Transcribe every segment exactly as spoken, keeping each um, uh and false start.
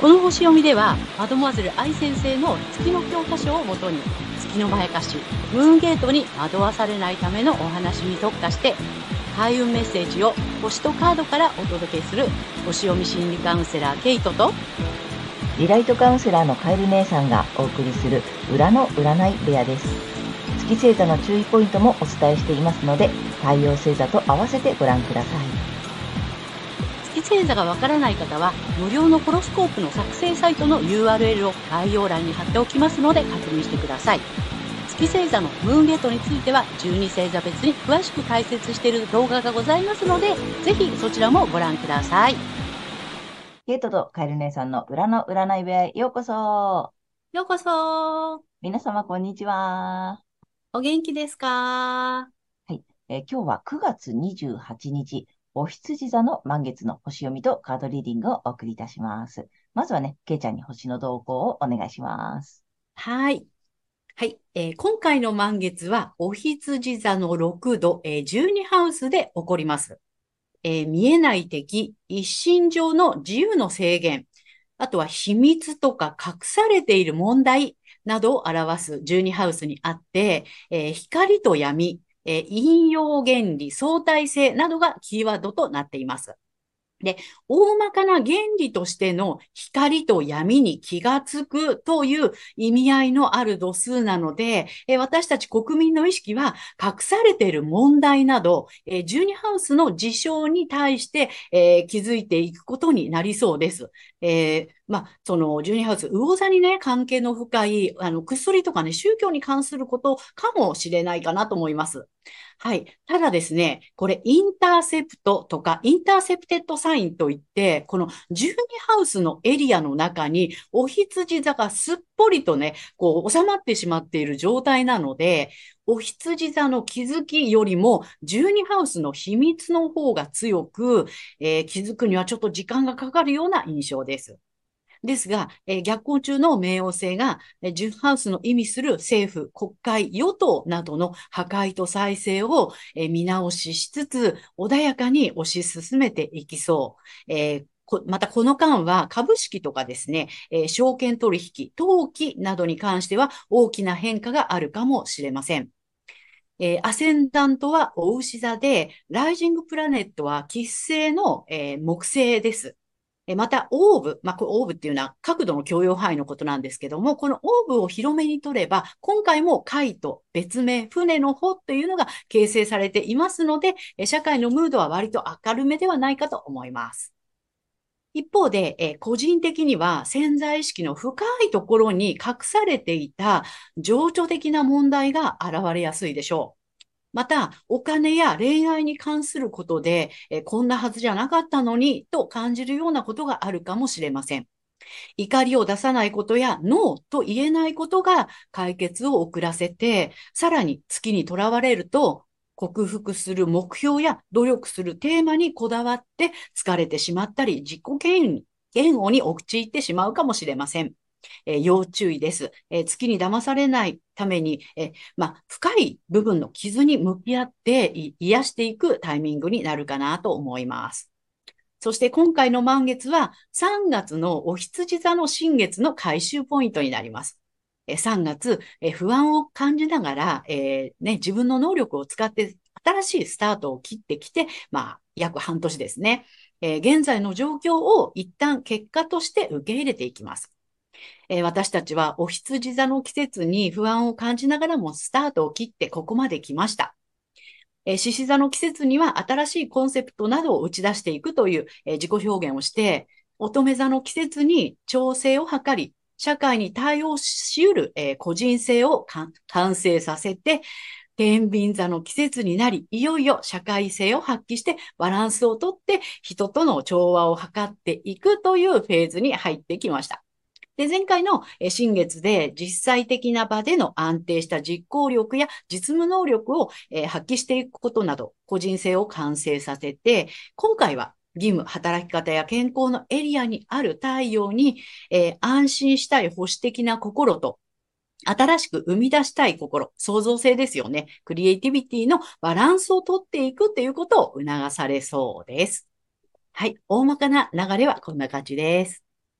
この星読みでは、マドモアゼル愛先生の月の教科書をもとに、月のまやかし、ムーンゲートに惑わされないためのお話に特化して、開運メッセージを星とカードからお届けする星読み心理カウンセラーケイトと、 リライトカウンセラーのカエル姉さんがお送りする裏の占い部屋です。月星座の注意ポイントもお伝えしていますので、太陽星座と合わせてご覧ください。 月星座がわからない方は、無料のホロスコープの作成サイトの ユーアールエル を概要欄に貼っておきますので確認してください。月星座のムーンゲートについてはじゅうに星座別に詳しく解説している動画がございますので、ぜひそちらもご覧ください。 ケイトとカエル姉さんの裏の占い部屋へようこそ。 ようこそ。 皆様こんにちは。 お元気ですか？ はい、えー今日はくがつにじゅうはちにち、お羊座の満月の星読みとカードリーディングをお送りいたします。まずはね、ケイちゃんに星の動向をお願いします。 はい。はい、えー今回の満月は、お羊座のろくど、えーじゅうにハウスで起こります。えー見えない敵、一身上の自由の制限、あとは秘密とか隠されている問題などを表すじゅうにハウスにあって、えー光と闇、えー引用原理、相対性などがキーワードとなっています。で、大まかな原理としての光と闇に気がつくという意味合いのある度数なので、え私たち国民の意識は隠されている問題など、えじゅうにハウスの事象に対して、えー気づいていくことになりそうです。えーまあ、そのじゅうにハウス、魚座にね、関係の深い、あの、薬とかね、宗教に関することかもしれないかなと思います。はい。ただですね、これ、インターセプトとか、インターセプテッドサインといって、このじゅうにハウスのエリアの中に、お羊座がすっぽりとね、こう、収まってしまっている状態なので、お羊座の気づきよりも、じゅうにハウスの秘密の方が強く、えー気づくにはちょっと時間がかかるような印象です。ですが、えー逆行中の冥王星が、えー、じゅうハウスの意味する政府、国会、与党などの破壊と再生を、えー見直ししつつ、穏やかに推し進めていきそう。えーこまた、この間は株式とかですね、えー証券取引、登記などに関しては大きな変化があるかもしれません。えーアセンダントはお牛座で、ライジングプラネットは吉星の、えー木星です。えまた、オーブ、まあ、これオーブっていうのは角度の許容範囲のことなんですけども、このオーブを広めに取れば、今回も貝と別名、船の帆というのが形成されていますので、え社会のムードは割と明るめではないかと思います。一方で、え個人的には潜在意識の深いところに隠されていた情緒的な問題が現れやすいでしょう。また、お金や恋愛に関することで、えこんなはずじゃなかったのにと感じるようなことがあるかもしれません。怒りを出さないことやノーと言えないことが解決を遅らせて、さらに月にとらわれると、克服する目標や努力するテーマにこだわって疲れてしまったり、自己嫌悪に陥ってしまうかもしれません。えー要注意です。えー月に騙されないために、えーまあ、深い部分の傷に向き合って癒していくタイミングになるかなと思います。そして今回の満月はさんがつのお羊座の新月の回収ポイントになります。えさんがつ、え不安を感じながら、えーね、自分の能力を使って新しいスタートを切ってきて、まあ、約半年ですね。えー現在の状況を一旦結果として受け入れていきます。えー私たちはお羊座の季節に不安を感じながらもスタートを切ってここまで来ました。えー獅子座の季節には新しいコンセプトなどを打ち出していくという、えー自己表現をして、乙女座の季節に調整を図り、社会に対応し得る、えー個人性を完成させて、天秤座の季節になり、いよいよ社会性を発揮してバランスをとって人との調和を図っていくというフェーズに入ってきました。で、前回のえ新月で実際的な場での安定した実行力や実務能力をえ発揮していくことなど、個人性を完成させて、今回は義務、働き方や健康のエリアにある太陽に、えー安心したい保守的な心と、新しく生み出したい心、創造性ですよね。クリエイティビティのバランスをとっていくということを促されそうです。はい。大まかな流れはこんな感じです。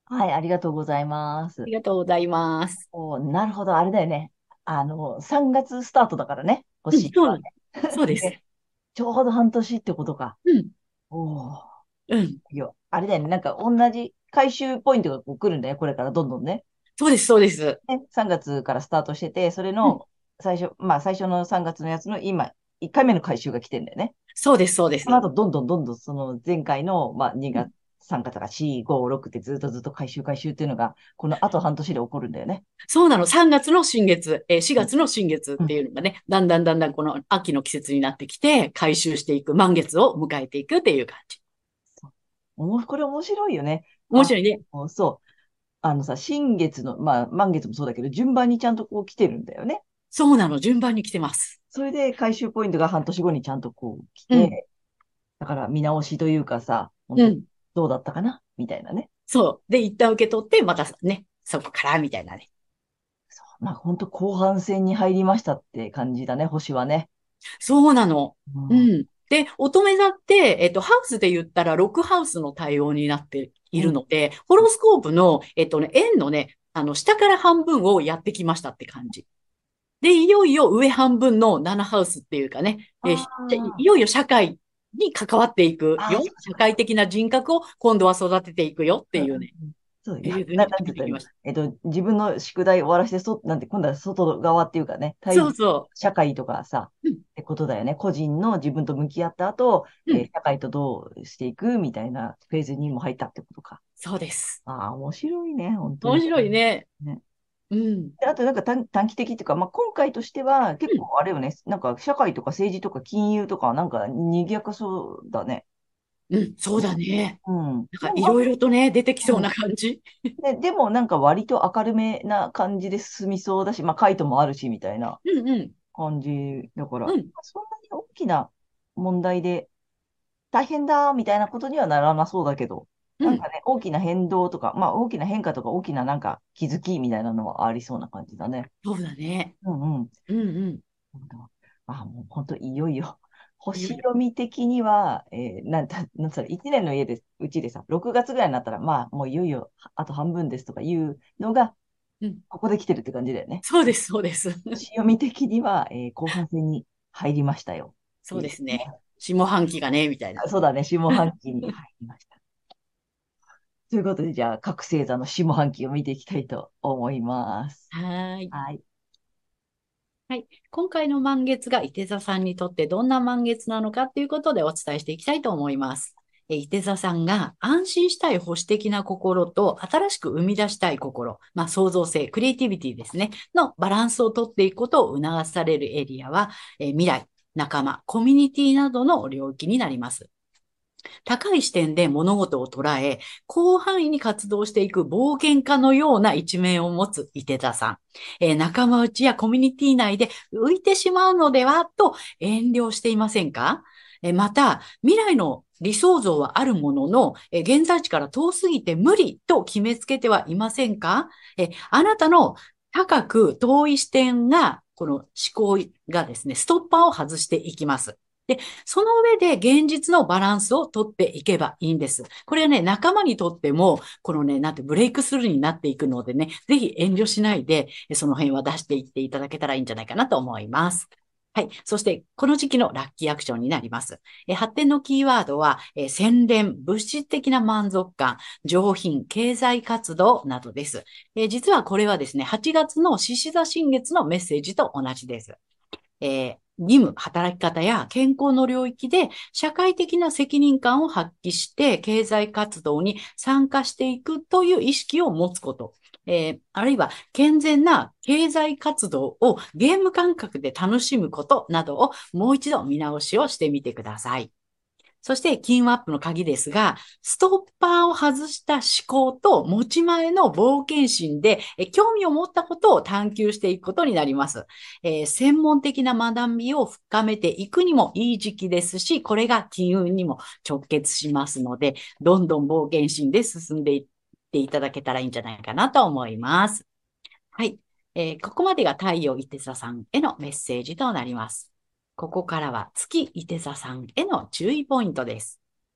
はい、ありがとうございます。 りがとうございます。 お、なるほど、あれだよね。あの、さんがつスタートだからね、 うん、 星はね。 そうなの。そうです。 で、ちょうど半年ってことか。 うん、 おー、 うん。 いや、あれだよね。なんか同じ回収ポイントがこう来るんだよ。これからどんどんね。 そうです、そうです。 ね、さんがつからスタートしてて、それうん、 の最初、まあ最初のさんがつのやつの今、いっかいめの回収が来てんだよね。 そうです、そうです。 その後、どんどんどんどんその前回の、まあ2 うん、 月、さんがつとかよん、ご、ろくってずっとずっと回収回収っていうのが、このあと半年で起こるんだよね。 そうなの。さんがつの新月、えー、4 うん。 月の新月うん。 っていうのがね、だんだんだんだんこの秋の季節になってきて、回収していく、満月を迎えていくっていう感じ。 そう。おもこれ面白いよね。あ、 面白いね。 そう。あのさ、新月の、まあ満月もそうだけど、順番にちゃんとこう来てるんだよね。 そうなの。順番に来てます。 それで回収ポイントが半年後にちゃんとこう来うん、 て、だから見直しというかさ、本当うん。 どうだったかなみたいなね。 そう。で、一旦受け取って、またね、そこからみたいなね。 まあ本当後半戦に入りましたって感じだね、星はね。 そうなの。 うん。 うん。で、乙女座って、えっと、ハウスで言ったら、ロックハウスの対応になっていうん。 るので、ホロスコープの、えっとね、円のね、あの、下から半分をやってきましたって感じ。で、いよいよ上半分のななハウスっていうかね、えーあひいよいよ社会に関わっていくあ、ああ、 よ。 そっかそっか。 社会的な人格を今度は育てていくよってうんいうね、 うんうん。そうや、な、 フェーズになんて言ったらいいの。 入ってきました。 えっと、自分の宿題終わらせて、そ、なんて、今度は外側っていうかね、対、 そうそ社会とかさ、 う。うん、 ってことだよね。個人の自分と向き合った後、 うん。 えー社会とどうしていくみたいなフェーズにも入ったってことか。 そうです。 ああ、面白いね、本当面に。 白いね。 ね。 うん。 であとなんか短、短期的っていうか、まあ、今回としては結うん。 構あれよね、なんか社会とか政治とか金融とかなんか賑やかそうだね。 うん。そうだね。 うん。 なんかいろいでも、 ろとね、出てきそううん。 な感じ。 で、でもなんか割と明るめな感じで進みそうだし、まあ、カイトもあるしみたいなうんうん。 感じだから、 うん。 そんなに大きな問題で大変だみたいなことにはならなそうだけど、 うん。 なんかね、大きな変動とか、まあ大きな変化とか大きななんか気づきみたいなのはありそうな感じだね。 そうだね。 うんうん。 うんうん。 そうだ。あ、もう本当いよいよ。星いよいよ。 読み的には、えーなんた、なんつうの、いちねんの家で、うちでさ、ろくがつぐらいになったら、まあ、もういよいよ、あと半分ですとかいうのが、 うん。 ここで来てるって感じだよね。 そうです、そうです。 星読み的には、えー後半戦に入りましたよ。ってそういうね。 ですね。下半期がね、みたいな。 あ、そうだね、下半期に入りました。ということで、じゃあ、各星座の下半期を見ていきたいと思います。 はーい。 はい。 はい。今回の満月が伊手座さんにとってどんな満月なのかということでお伝えしていきたいと思います。え伊手座さんが安心したい保守的な心と新しく生み出したい心、まあ、創造性、クリエイティビティですね、のバランスをとっていくことを促されるエリアは、え未来、仲間、コミュニティなどの領域になります。高い視点で物事を捉え、広範囲に活動していく冒険家のような一面を持つ伊手座さん。えー仲間内やコミュニティ内で浮いてしまうのではと遠慮していませんか？えーまた、未来の理想像はあるものの、えー現在地から遠すぎて無理と決めつけてはいませんか？えーあなたの高く遠い視点が、この思考がですね、ストッパーを外していきます。で、その上で現実のバランスをとっていけばいいんです。これはね、仲間にとっても、このね、なんてブレイクスルーになっていくのでね、ぜひ遠慮しないで、その辺は出していっていただけたらいいんじゃないかなと思います。はい。そして、この時期のラッキーアクションになります。え発展のキーワードは、え洗練、物質的な満足感、上品、経済活動などです。え実はこれはですね、はちがつの獅子座新月のメッセージと同じです。えー義務、働き方や健康の領域で社会的な責任感を発揮して経済活動に参加していくという意識を持つこと。えーあるいは健全な経済活動をゲーム感覚で楽しむことなどをもう一度見直しをしてみてください。そして、金運アップの鍵ですが、ストッパーを外した思考と持ち前の冒険心で、え興味を持ったことを探求していくことになります。えー専門的な学びを深めていくにもいい時期ですし、これが金運にも直結しますので、どんどん冒険心で進んでいっていただけたらいいんじゃないかなと思います。はい。えーここまでが太陽伊手座さんへのメッセージとなります。ここからは月伊手座さんへの注意ポイントです。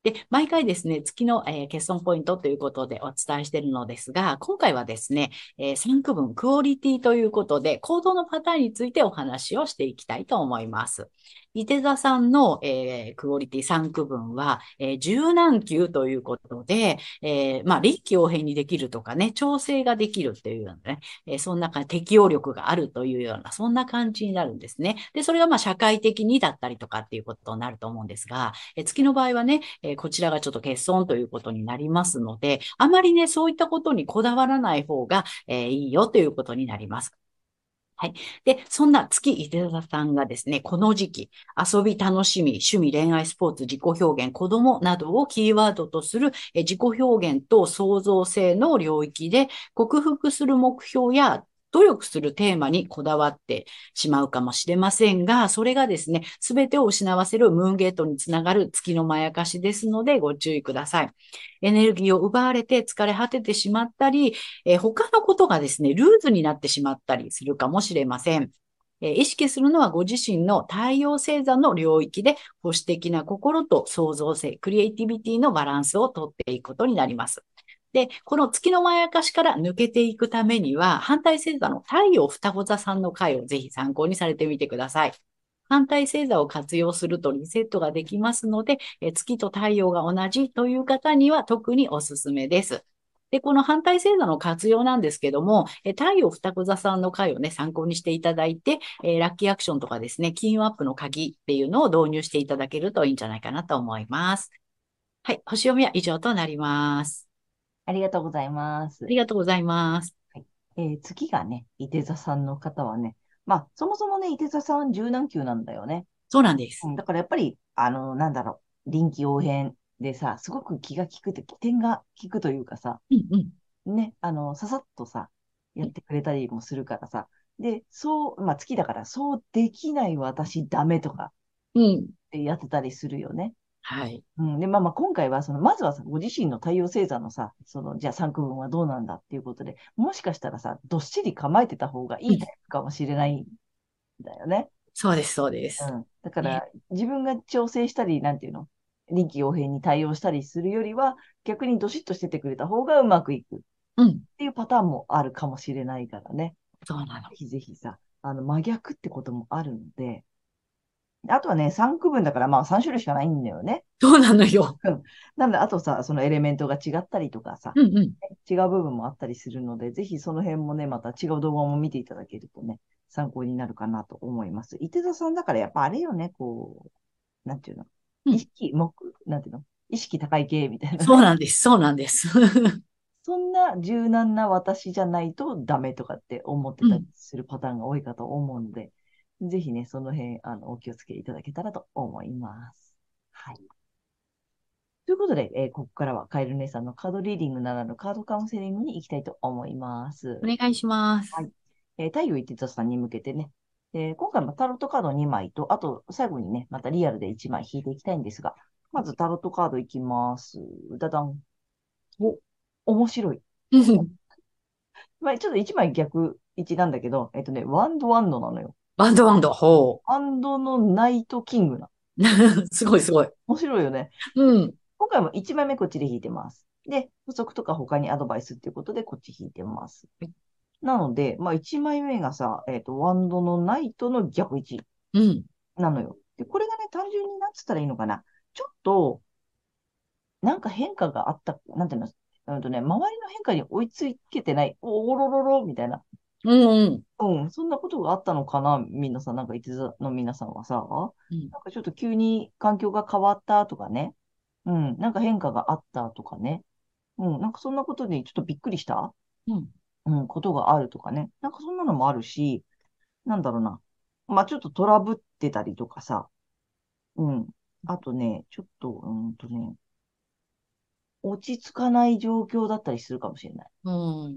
で、毎回ですね、月の、えー欠損ポイントということでお伝えしているのですが、今回はですね、えーさん区分クオリティということで、行動のパターンについてお話をしていきたいと思います。伊手座さんの、えークオリティさん区分は、えー柔軟球ということで、えーまあ、臨機応変にできるとかね、調整ができるっていうようなね、えーそんな感じ、適応力があるというような、そんな感じになるんですね。で、それがまあ社会的にだったりとかっていうことになると思うんですが、えー月の場合はね、えーこちらがちょっと欠損ということになりますので、あまりね、そういったことにこだわらない方が、えーいいよということになります。はい。で、そんな月伊手座さんがですね、この時期、遊び、楽しみ、趣味、恋愛、スポーツ、自己表現、子供などをキーワードとするえ自己表現と創造性の領域で克服する目標や努力するテーマにこだわってしまうかもしれませんが、それがですね、すべてを失わせるムーンゲートにつながる月のまやかしですのでご注意ください。エネルギーを奪われて疲れ果ててしまったり、えー他のことがですね、ルーズになってしまったりするかもしれません。えー意識するのはご自身の太陽星座の領域で保守的な心と創造性、クリエイティビティのバランスをとっていくことになります。で、この月のまやかしから抜けていくためには、反対星座の太陽双子座さんの回をぜひ参考にされてみてください。反対星座を活用するとリセットができますので、え月と太陽が同じという方には特におすすめです。で、この反対星座の活用なんですけども、え太陽双子座さんの回をね、参考にしていただいて、えーラッキーアクションとかですね、金運アップの鍵っていうのを導入していただけるといいんじゃないかなと思います。はい、星読みは以上となります。 ありがとうございます。 ありがとうございます。 はい。えー次がね、伊手座さんの方はね、まあ、そもそもね、伊手座さん柔軟球なんだよね。 そうなんです。 うん、だからやっぱり、あの、なんだろう、臨機応変でさ、すごく気が利くって、起点が利くというかさ、 うんうん。 ね、あの、ささっとさ、やってくれたりもするからさ、で、そう、まあ、月だから、そうできない私ダメとかうん。 ってやってたりするよね。 はい。 うん、で、まあまあ、今回は、その、まずはさ、ご自身の太陽星座のさ、その、じゃあさん区分はどうなんだっていうことで、もしかしたらさ、どっしり構えてた方がいうん。 いタイプかもしれないんだよね。 そうです、そうです。 うん。だかね。 ら、自分が調整したり、なんていうの、臨機応変に対応したりするよりは、逆にどしっとしててくれた方がうまくいくっうん。 ていうパターンもあるかもしれないからね。 そうなの。 ぜひぜひさ、あの、真逆ってこともあるので、あとはね、さん区分だから、まあさん種類しかないんだよね。 そうなのよ。 うん。なので、あとさ、そのエレメントが違ったりとかさ、 うんうん。 違う部分もあったりするので、ぜひその辺もね、また違う動画も見ていただけるとね、参考になるかなと思います。伊手座さんだからやっぱあれよね、こう、なんていうの、 うん。 意識、目、なんていうの、意識高い系みたいなね。 そうなんです。そうなんです。 そんな柔軟な私じゃないとダメとかって思ってうん。 たりするパターンが多いかと思うので、ぜひね、その辺、あの、お気をつけいただけたらと思います。はい。ということで、えーここからはカエル姉さんのカードリーディングならぬカードカウンセリングに行きたいと思います。 お願いします。 はい。えー太陽一徹さんに向けてね、えー今回もタロットカードにまいと、あと最後にね、またリアルでいちまい引いていきたいんですが、まずタロットカードいきます。ダダン。お、面白い。 うん。 まあ、ちょっといちまい逆位置なんだけど、えっとね、ワンドワンドなのよ。 バンドバンド、ほワンドのナイトキングな。 う。すごいすごい。 面白いよね。 うん。 今回もいちまいめこっちで引いてます。で、補足とか他にアドバイスっていうことでこっち引いてます。なので、まあいちまいめがさ、えっと、ワンドのナイトの逆位置うん。 なのよ。で、これがね、単純になんつったらいいのかな。ちょっと、なんか変化があった、なんていうの、うんとね、周りの変化に追いつけてない、おおろろろ、みたいな。 うんうん。 うん、そんなことがあったのかな、みんなさ、なんか、いつの皆さんはさ、 うん。 なんかちょっと急に環境が変わったとかね。うん、なんか変化があったとかね。うん、なんかそんなことにちょっとびっくりした、 うん。 うん、ことがあるとかね。なんかそんなのもあるし、なんだろうな。まあちょっとトラブってたりとかさ。うん。あとね、ちょっと、うんとね、落ち着かない状況だったりするかもしれない。 うん。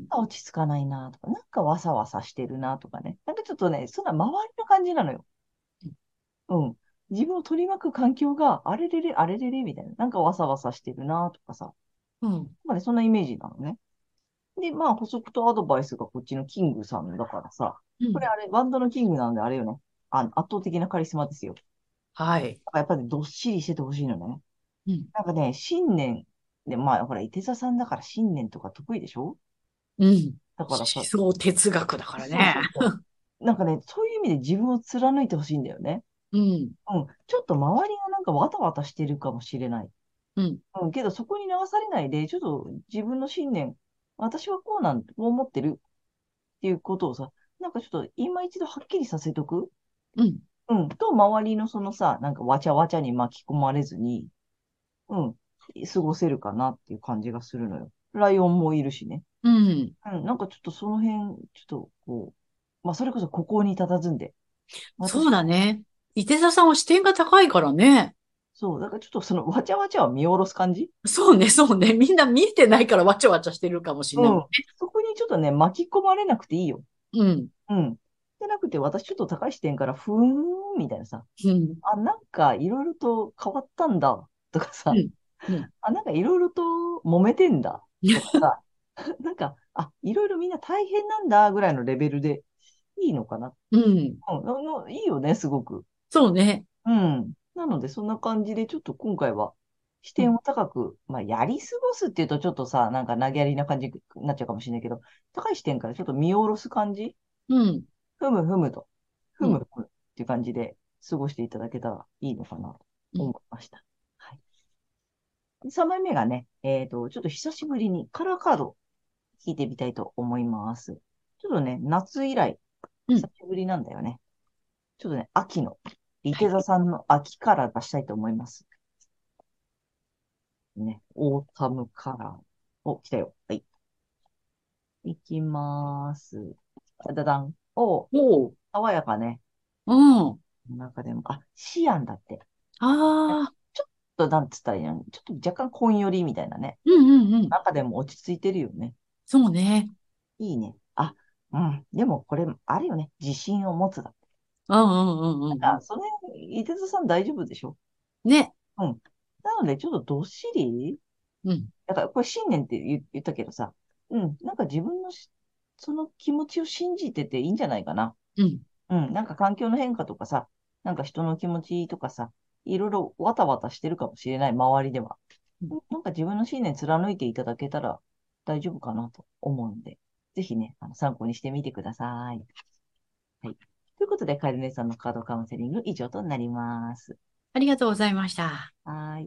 あ、落ち着かないなとか、なんかわさわさしてるなとかね。なんかちょっとね、そんな周りの感じなのよ。うん。自分を取り巻く環境が、あれれれ、あれれれ、みたいな。なんかわさわさしてるなとかさ。 うん。 まあね、そんなイメージなのね。で、まあ、補足とアドバイスがこっちのキングさんだからさ。 うん。 これあれ、バンドのキングなんであれよね。あの、圧倒的なカリスマですよ。 はい。 だからやっぱりどっしりしててほしいのね。 うん。 なんかね、新年、で、まあ、ほら、伊手座さんだから新年とか得意でしょ？ うん。思だからさ、 想哲学だからそうね。 そうそう。なんかね、そういう意味で自分を貫いてほしいんだよね。 うん。 うん。ちょっと周りがなんかわたわたしてるかもしれない。 うん。 うん。けど、そこに流されないで、ちょっと自分の信念、私はこうなん、こう思ってるっていうことをさ、なんかちょっと今一度はっきりさせとく。 うん。 うん。と、周りのそのさ、なんかわちゃわちゃに巻き込まれずに、うん。過ごせるかなっていう感じがするのよ。ライオンもいるしね。 うん。 うん。なんかちょっとその辺、ちょっとこう、まあ、それこそここに佇んで、 そう私は、 だね。伊手座さんは視点が高いからね。 そう、だからちょっとそのわちゃわちゃは見下ろす感じ。 そうね、そうね。みんな見えてないからわちゃわちゃしてるかもしれないもん。 うん。そこにちょっとね、巻き込まれなくていいよ。 うん。 うん。でなくて、私ちょっと高い視点から、ふーん、みたいなさ、 うん。 あ、なんかいろいろと変わったんだ、とかさ、 うん。うん。 あ、なんかいろいろと揉めてんだ、とかさ、なんか、あ、いろいろみんな大変なんだ、ぐらいのレベルでいいのかな。 うん。 うん、ののいいよね、すごく。 そうね。 うん。なので、そんな感じで、ちょっと今回は、視うん。 点を高く、まあ、やり過ごすっていうと、ちょっとさ、なんか投げやりな感じになっちゃうかもしれないけど、高い視点からちょっと見下ろす感じ、 うん。 ふむふむと、ふうん。 むふむっていう感じで過ごしていただけたらいいのかなとうん。 思いました。はい。さんまいめがね、えっと、ちょっと久しぶりにカラーカード引いてみたいと思います。ちょっとね、夏以来、 うん。 久しぶりなんだよね。ちょっとね、秋の、伊はい。 手座さんの秋カラー出したいと思います。ね、オータムカラー。お、来たよ。はい。いきまーす。だだん。お、 おう。 爽やかね。 うん。 中でも、あ、シアンだって。 ああ。 ちょっと、なんつったらいいの？ちょっと若干紺寄りみたいなね。 うんうんうん。 中でも落ち着いてるよね。 そうね。 いいね。あ、うん。でもこれ、あるよね。自信を持つだ。 うんうんうんうんうん。 なんか、その辺、伊手座さん大丈夫でしょ？ ね。 うん。なので、ちょっとどっしり、 うん。 だから、これ信念って言言ったけどさ、うん。なんか自分のしその気持ちを信じてていいんじゃないかな。 うん。 うん。なんか環境の変化とかさ、なんか人の気持ちとかさ、いろいろわたわたしてるかもしれない、周りでは。 うん。 なんか自分の信念貫いていただけたら大丈夫かなと思うんで、ぜひね、あの参考にしてみてください。はい。ということで、カエル姉さんのカードカウンセリング以上となります。 ありがとうございました。 はい。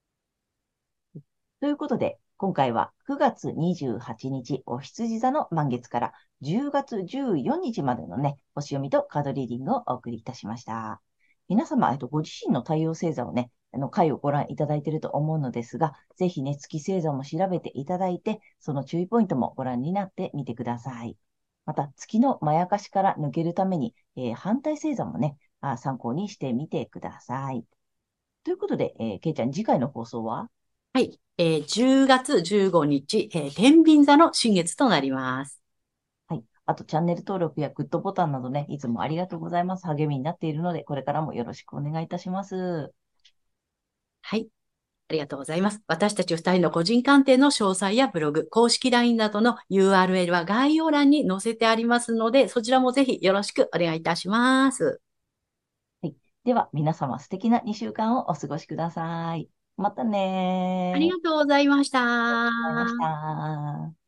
ということで、今回はくがつにじゅうはちにち、お羊座の満月からじゅうがつじゅうよっかまでのね、星読みとカードリーディングをお送りいたしました。皆様、えっと、ご自身の太陽星座をね、あの回をご覧いただいていると思うのですが、ぜひね、月星座も調べていただいて、その注意ポイントもご覧になってみてください。また、月のまやかしから抜けるために、えー反対星座もね、あ参考にしてみてください。ということで、えー、けいちゃん、次回の放送は？ はい。えー、じゅうがつじゅうごにち、えー、天秤座の新月となります。 はい。あと、チャンネル登録やグッドボタンなどね、いつもありがとうございます。励みになっているので、これからもよろしくお願いいたします。 はい。ありがとうございます。私たちふたりの個人鑑定の詳細やブログ、公式 ライン などの ユーアールエル は概要欄に載せてありますので、そちらもぜひよろしくお願いいたします。 はい。では、皆様素敵なにしゅうかんをお過ごしください。またねー。 ありがとうございましありがとうございました。 た。